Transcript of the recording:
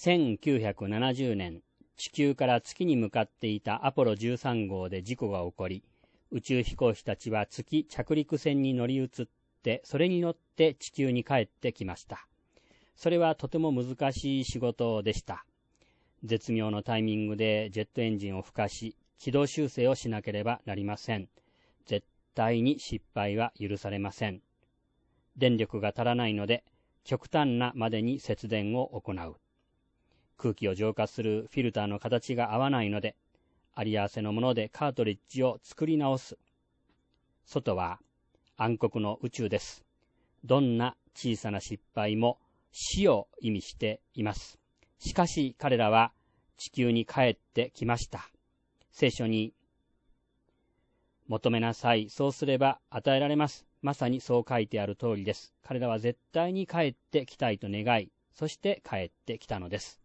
1970年、地球から月に向かっていたアポロ13号で事故が起こり、宇宙飛行士たちは月着陸船に乗り移って、それに乗って地球に帰ってきました。それはとても難しい仕事でした。絶妙のタイミングでジェットエンジンを吹かし、軌道修正をしなければなりません。絶対に失敗は許されません。電力が足らないので、極端なまでに節電を行う。空気を浄化するフィルターの形が合わないので、あり合わせのものでカートリッジを作り直す。外は暗黒の宇宙です。どんな小さな失敗も死を意味しています。しかし彼らは地球に帰ってきました。聖書に、求めなさい、そうすれば与えられます。まさにそう書いてある通りです。彼らは絶対に帰ってきたいと願い、そして帰ってきたのです。